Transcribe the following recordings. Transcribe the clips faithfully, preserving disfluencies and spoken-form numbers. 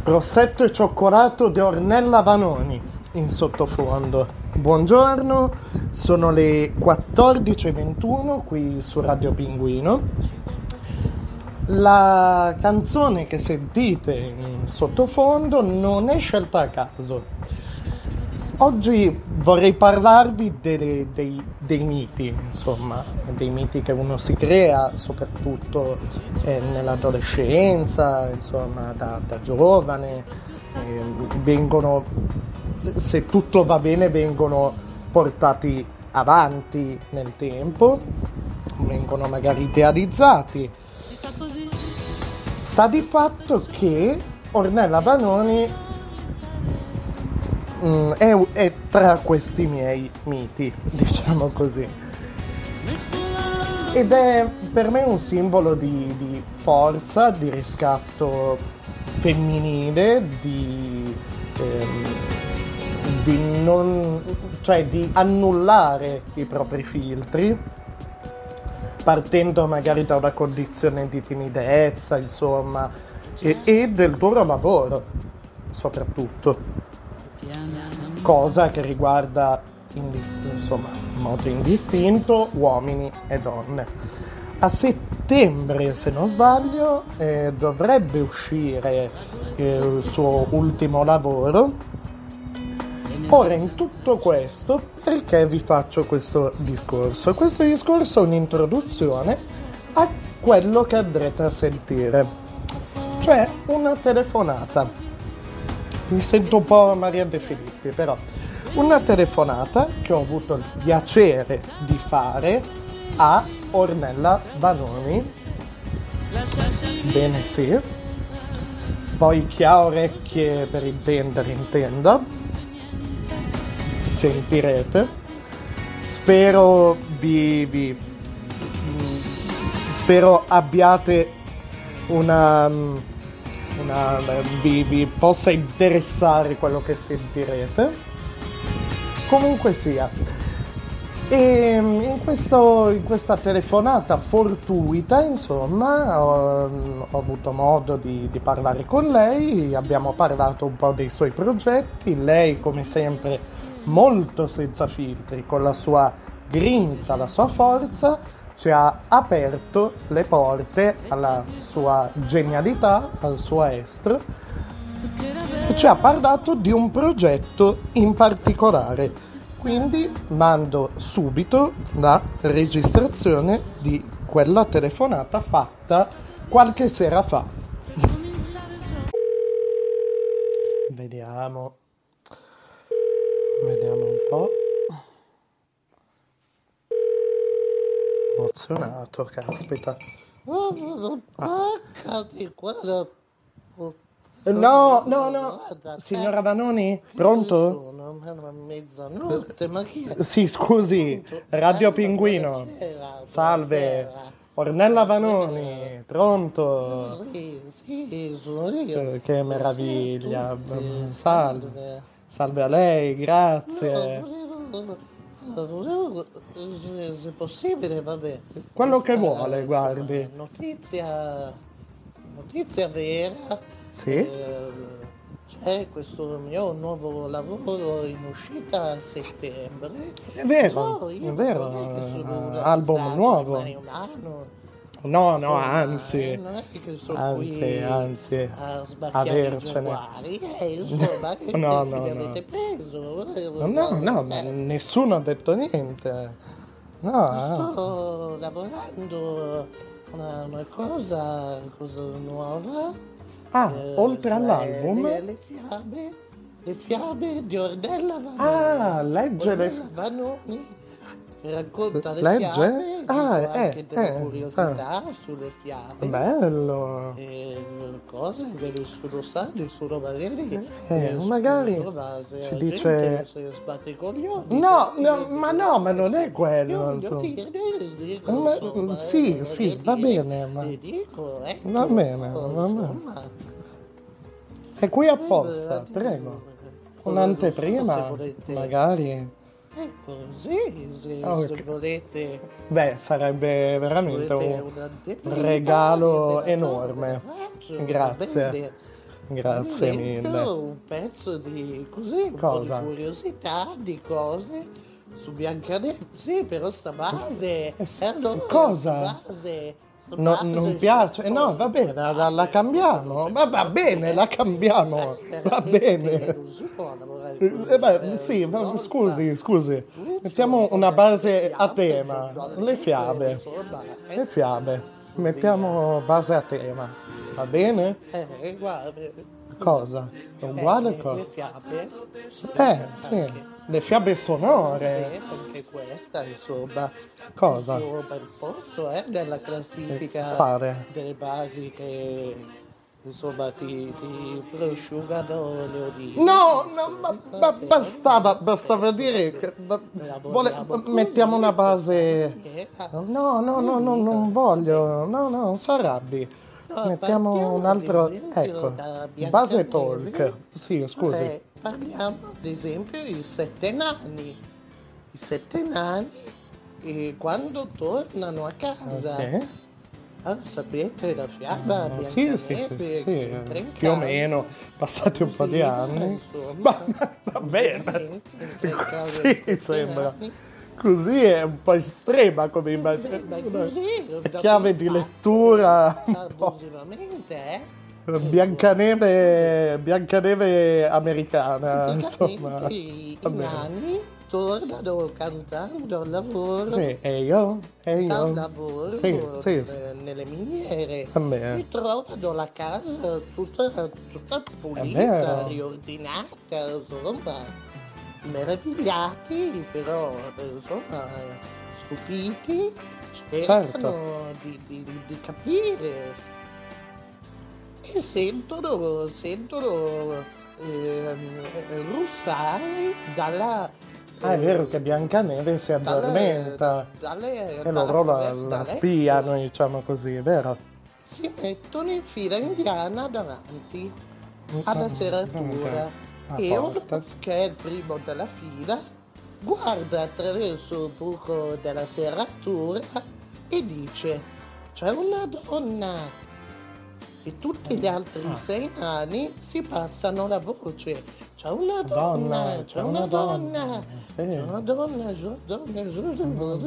Rossetto e cioccolato di Ornella Vanoni in sottofondo. Buongiorno, sono le quattordici e ventuno qui su Radio Pinguino. La canzone che sentite in sottofondo non è scelta a caso. Oggi vorrei parlarvi dei, dei, dei miti, insomma, dei miti che uno si crea, soprattutto eh, nell'adolescenza, insomma, da, da giovane. Eh, vengono, se tutto va bene, vengono portati avanti nel tempo, vengono magari idealizzati. Sta di fatto che Ornella Vanoni È, è tra questi miei miti, diciamo così, ed è per me un simbolo di, di forza, di riscatto femminile, di, ehm, di non, cioè di annullare i propri filtri, partendo magari da una condizione di timidezza, insomma, e, e del duro lavoro, soprattutto. Cosa che riguarda indist- insomma, in modo indistinto uomini e donne. A settembre, se non sbaglio, eh, dovrebbe uscire eh, il suo ultimo lavoro. Ora, in tutto questo, perché vi faccio questo discorso? Questo discorso è un'introduzione a quello che andrete a sentire, cioè una telefonata. Mi sento un po' Maria De Filippi, però una telefonata che ho avuto il piacere di fare a Ornella Vanoni. Bene, sì. Poi chi ha orecchie per intendere, intenda. Sentirete. Spero vi, vi spero abbiate una... Una, vi, vi possa interessare quello che sentirete. Comunque sia, e in, questo, in questa telefonata fortuita, insomma, ho, ho avuto modo di, di parlare con lei. Abbiamo parlato un po' dei suoi progetti. Lei, come sempre, molto senza filtri, con la sua grinta, la sua forza, ci ha aperto le porte alla sua genialità, al suo estro, e ci ha parlato di un progetto in particolare. Quindi mando subito la registrazione di quella telefonata fatta qualche sera fa. Vediamo. Vediamo un po'. Emozionato, caspita. No, no, no. Signora Vanoni, pronto? Sono mezzanotte, ma chi è? Sì, scusi, Radio Pinguino. Salve. Ornella Vanoni, pronto? Sì, sì, sono io. Che meraviglia. Salve. Salve a lei, grazie. Volevo, se è possibile, vabbè. Quello che vuole, guardi. Notizia, notizia vera. Sì? Eh, c'è questo mio nuovo lavoro in uscita a settembre. È vero, è vero. Uh, album nuovo. Un anno. No, no, Insomma, anzi, eh, non è che sono anzi, qui anzi, a sbacchiare i giaguari, eh, insomma, che no, tempi no, li no. avete preso? No, no, ma nessuno ha detto niente. No, Sto lavorando una, una cosa, cosa nuova. ah, eh, oltre cioè all'album? Le, le fiabe, le fiabe di Ornella Vanoni. Ah, legge le Ornella Vanoni racconta le legge? fiabe, Ah, dico eh, anche delle eh, curiosità sulle fiabe. Bello. E cose che nessuno sa, nessuno magari Eh, magari insomma, se ci la dice- gente se sbatte i coglioni. No, perché no, io ma dico, no, ma non è quello, Io voglio insomma. dire, dico, Ma- insomma, sì, eh, sì, voglio va dire, bene, ma- ti dico, ecco, Va bene, va bene. insomma, È qui eh, apposta, eh, prego. eh, Un'anteprima, non so se volete- magari. Ecco, sì, se, Ah, se ok. volete. Beh, sarebbe veramente volete un un'anteprima, regalo ve la do, enorme. ve la faccio, va Grazie. bene. Grazie ad esempio, mille. un pezzo di così, un Cosa? po' di curiosità, di cose su Biancaneve. Sì, però sta base, Eh sì, e allora cosa? sta base, sta No, base non su piace? Eh, No, va poi bene, la, la- la cambiamo. Ma va bene, la cambiamo. Va veramente bene. non si può lavorare così, Eh, beh, eh, sì, ogni va- volta scusi, scusi. tutto, Mettiamo poi una adesso base a fiabe, tema. poi Le fiabe. insomma, eh, Le fiabe. su via. Mettiamo base a tema. Va bene? Eh, guarda, Cosa? È eh, uguale le, cosa? le fiabe, Eh, sì. anche. Le fiabe Eh, sonore. anche questa, insomma, Cosa? il suo bel posto eh, nella Eh, classifica Fare. delle basi che insomma ti, ti prosciugano le olive. No, no, ma, Insomma, ma però, bastava, bastava insomma, dire che va- vuole- lavoriamo mettiamo così, una in questa base. maniera. No, no, no, no, Io non dico, voglio. No, no, non si arrabbi. no, Mettiamo un partiamo ad altro. esempio Ecco, da base Biancaneve. talk. Sì, scusi. Eh, parliamo ad esempio dei sette nani. I sette nani e quando tornano a Ah, casa, sì? ah, sapete la fiaba Ah, sì, sì, sì, Biancaneve sì, sì, che entra in più o casa, meno, passati un po' di così, anni. insomma, Ma, va bene, così, entra in casa così dei sette sembra. nani. Così è un po' estrema come Eh, immagine. beh, Una così, dopo chiave di fatto lettura un po'. abusivamente, eh? Biancaneve, Biancaneve americana, insomma. Praticamente i, i Va bene. nani tornano cantando al lavoro, Sì, e io? E dal io? lavoro Sì, sì, sì. eh, nelle miniere Va bene. e trovano la casa tutta, tutta È pulita, vero. riordinata, insomma, meravigliati, però insomma stupiti, cercano Certo. di, di- di- di capire e sentono, sentono ehm, russare dalla Ah, è vero eh, che Biancaneve si dalle, addormenta dalle, e dalla loro la, cover- da la letto. spiano, diciamo così, è vero? Si mettono in fila indiana davanti alla serratura La e uno porta. che è il primo della fila guarda attraverso il buco della serratura e dice: c'è una donna. E tutti gli altri Ah. sei nani si passano la voce. C'è una Donna, donna, c'è una donna, sì. c'è una donna, c'è una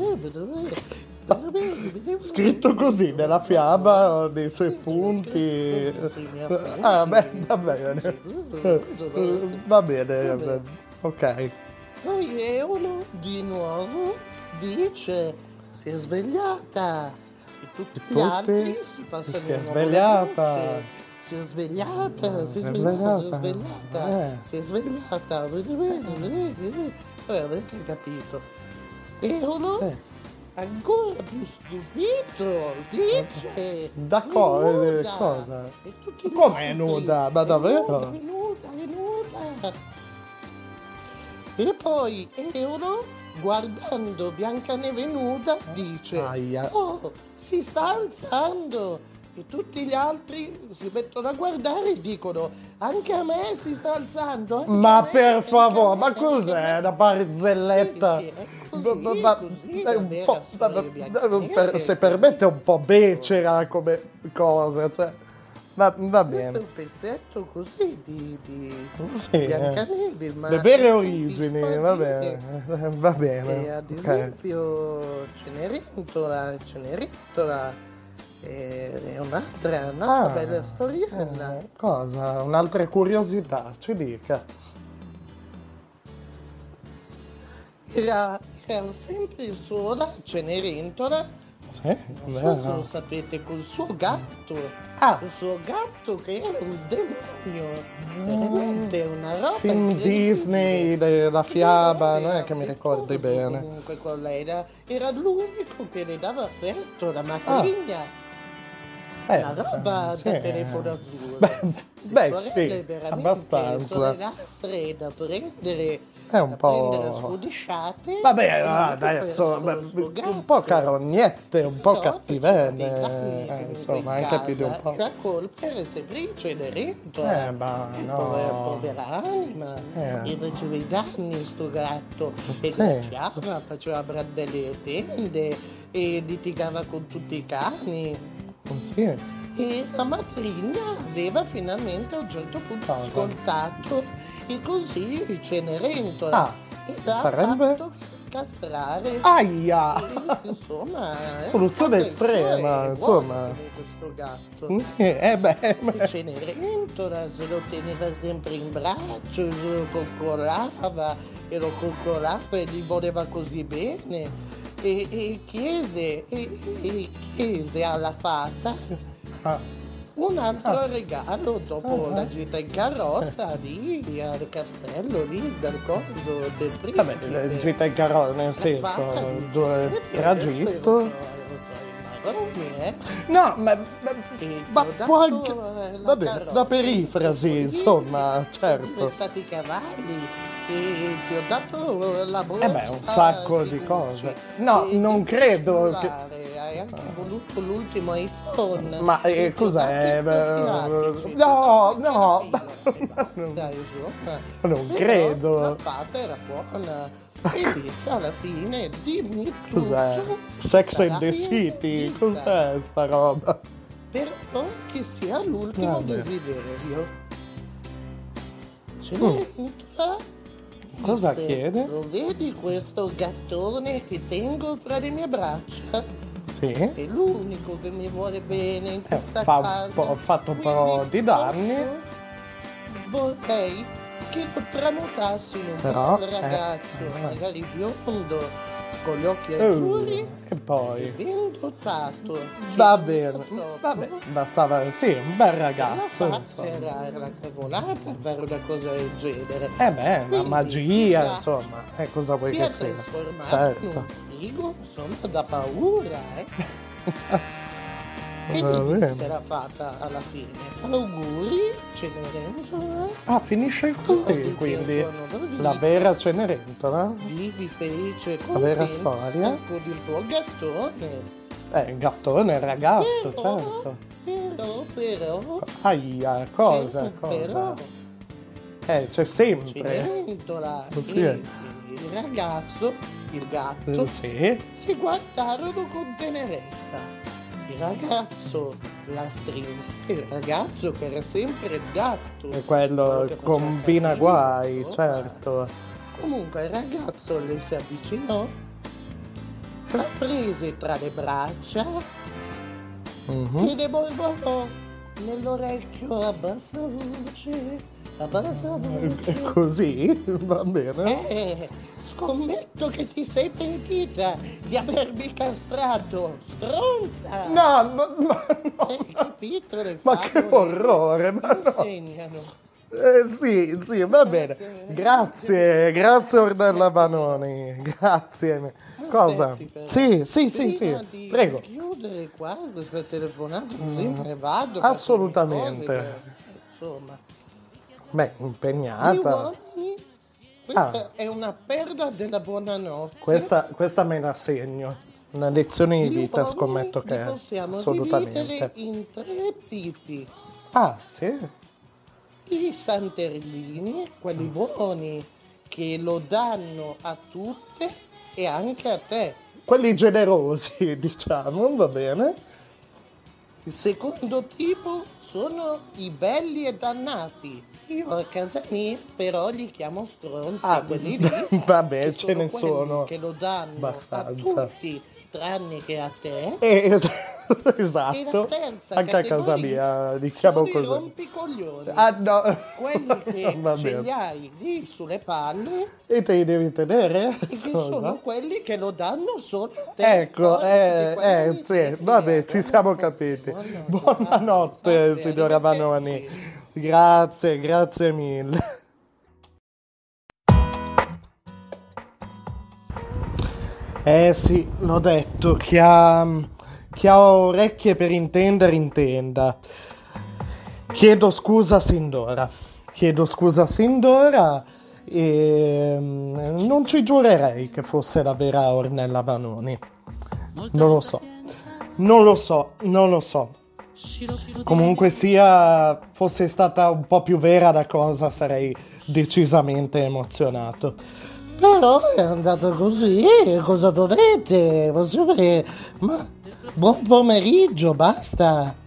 donna. Scritto così nella fiaba, nei suoi Sì, sì, punti. scritto così, nei appunti. Ah, beh, va bene. Sì. Va bene, Va bene. ok. Poi Eolo di nuovo dice: si è svegliata. E tutti gli Tutti? altri si passano Si è di nuovo svegliata. la voce. Si è svegliata, si è Si è svegliata, si è svegliata. svegliata, Eh. si è svegliata. Vabbè, avete capito. Eolo, Sì. ancora più stupito, dice: D'accordo, è eh, nuda. cosa? E tutti gli Com'è altri, nuda? Ma "È davvero?" nuda, è nuda, è nuda. E poi Eolo, guardando Biancaneve nuda, dice: Aia. oh, si sta alzando. E tutti gli altri si mettono a guardare e dicono: anche a me si sta alzando. anche a Ma me, per anche a favore, me, ma anche a cos'è? me." Una barzelletta? Sì, sì, è così, Ma- ma- ma- così, è la un vera po', storia di Biancaneve per- è se così. permette, è un po' becera come cosa. Cioè, va, va Questo è bene. un pezzetto così di, di Sì, eh. Biancaneve, ma Le vere è origini, capisco va dire bene, va bene. che ad ok. esempio Cenerentola, Cenerentola è, è un'altra, un'altra Ah, bella storiella. eh, cosa? Un'altra curiosità, ci dica. Era, era sempre sola Cenerentola, Sì, non so se lo vero. sapete, col suo gatto. Ah, Il suo gatto che era un demonio, veramente una roba film incredibile. Disney, de- la fiaba, non Era è che mi ricordi affettuoso bene. comunque con lei, era, era l'unico che le dava affetto, la matrigna. Eh, Una roba sì, da eh. telefono azzurro. Beh, Le beh, sorelle sì, veramente, abbastanza. sorellastre da prendere, È un da prendere po'. sfudisciate. Vabbè, comunque per adesso sto- beh, sto un gatto. po' carognette, un po' Però faceva dei danni cattivelle, eh, comunque insomma, in anche più di un casa. po'. La colpa era sempre di Cenerentola. Eh, ma Che povera, no. povera anima, Eh. gli faceva i danni sto gatto e Sì. graffiava, faceva brandelle e tende e litigava con tutti i cani. Sì. E la matrigna aveva finalmente a un certo punto Cosa? ascoltato i consigli di Cenerentola Ah, e l'ha sarebbe? fatto castrare. Aia! E, insomma, eh, Soluzione vabbè, il suo estrema, è insomma. buono come questo gatto. Sì, eh beh, E beh. Cenerentola se lo teneva sempre in braccio, e se lo coccolava e lo coccolava e gli voleva così bene. E, e chiese, e, e chiese alla fata Ah, un altro Ah. regalo dopo Ah. la gita in carrozza lì al castello lì del coso del principe. vabbè, la gita in carrozza, nel La senso, fata dice, due "Vedi, tragitto. adesso ero tra- ero tra i marroni, eh. No, ma, ma, E ma ti ho può dato, anche... eh, la Vabbè, carrozza, la perifrasi, un po' di insomma, libri, sono certo. diventati cavalli e ti ho dato la borsa Eh beh, un sacco di Gucci, cose. No, e non il credo che... cellulare, hai anche voluto l'ultimo iPhone. Ma eh, e ti ho cos'è? dato i profilattici, ti ho No, dato no, il terapino, e basta, insomma. non Però credo. la fata era buona e disse alla fine dimmi tutto. Cos'è? che Sex sarà and the mia City? vita. Cos'è sta roba? Però che sia l'ultimo Vabbè. desiderio. Mm. Cenerentola Cosa disse, chiede? lo vedi questo gattone che tengo fra le mie braccia? Sì. È l'unico che mi vuole bene in Eh, questa fa un casa. po', ha fatto un po' Quindi di danni. forse vorrei che lo tramutassi in un Però, bel eh, ragazzo, eh. magari biondo, con gli occhi Uh, azzurri e e poi... ben dotato. Va Che bene, purtroppo vabbè, bastava... Sì, un bel la ragazzo, fata insomma. era, era una cavolata fare una cosa del genere. Eh beh, una Quindi, magia, la- insomma. E cosa vuoi si che è sia? trasformato Certo. in un frigo, insomma, da paura, eh. Che Va gli bene. disse la fata alla fine? Auguri, Cenerentola. Ah, finisce così, quindi la vera Cenerentola? Vivi felice e La vera contenta storia? con il tuo gattone. Eh, il gattone, il ragazzo, Però, certo. però, però, Aia, cosa, sì, però, cosa? Eh, c'è sempre. Cenerentola Sì. e il ragazzo, il gatto, Eh, Sì. si guardarono con tenerezza. Il ragazzo la strinse, il ragazzo che era sempre il gatto. E quello che faceva combina cattivo, guai, insomma. certo. Comunque il ragazzo le si avvicinò, la prese tra le braccia Mhm. e le mormorò nell'orecchio a bassa voce, a bassa E voce. così, va bene. Eh, scommetto che ti sei pentita di avermi castrato, stronza! No, ma, ma, no. Hai capito le Ma che favole? orrore, ma no. Insegnano. Eh, sì, sì, va bene. Grazie, grazie Ornella Banoni, grazie. Cosa? Aspetti, però. Sì, sì, sì, Prima sì, di prego. chiudere qua questa telefonata così me ne vado. Assolutamente. faccio le cose, beh, insomma, Beh, gli impegnata. uomini, questa Ah. è una perla della buonanotte. Questa, questa me la segno. Una lezione di Gli vita, uomini scommetto li che è. possiamo Assolutamente. dividere in tre tipi. Ah, sì? I santerlini, quelli buoni, che lo danno a tutte e anche a te. Quelli generosi, diciamo, va bene. Il secondo tipo sono i belli e dannati. Io a casa mia però li chiamo stronzi, Ah, quelli lì. vabbè, che ce ne quelli sono che lo danno abbastanza. a tutti tranne che a te. Eh, E esatto. la terza Anche a casa categoria mia li chiamo sono i così. rompicoglioni. Ah, no. Quelli che Va ce li bene. hai lì sulle palle E te li devi tenere? e che Cosa? sono quelli che lo danno solo a te. Ecco, Poi eh, di quelli eh, mi sì, stai vabbè, friando. ci siamo capiti. Buonanotte, Buonanotte, salve, signora arrivederci. Vanoni. Grazie, grazie mille. Eh sì, l'ho detto, chi ha, chi ha orecchie per intendere, intenda. Chiedo scusa sin d'ora. Chiedo scusa sin d'ora e mm, non ci giurerei che fosse la vera Ornella Vanoni. Non lo so. Non lo so, non lo so. Comunque sia, fosse stata un po' più vera la cosa, sarei decisamente emozionato. Però è andato così, cosa volete? Posso dire? Ma buon pomeriggio, basta.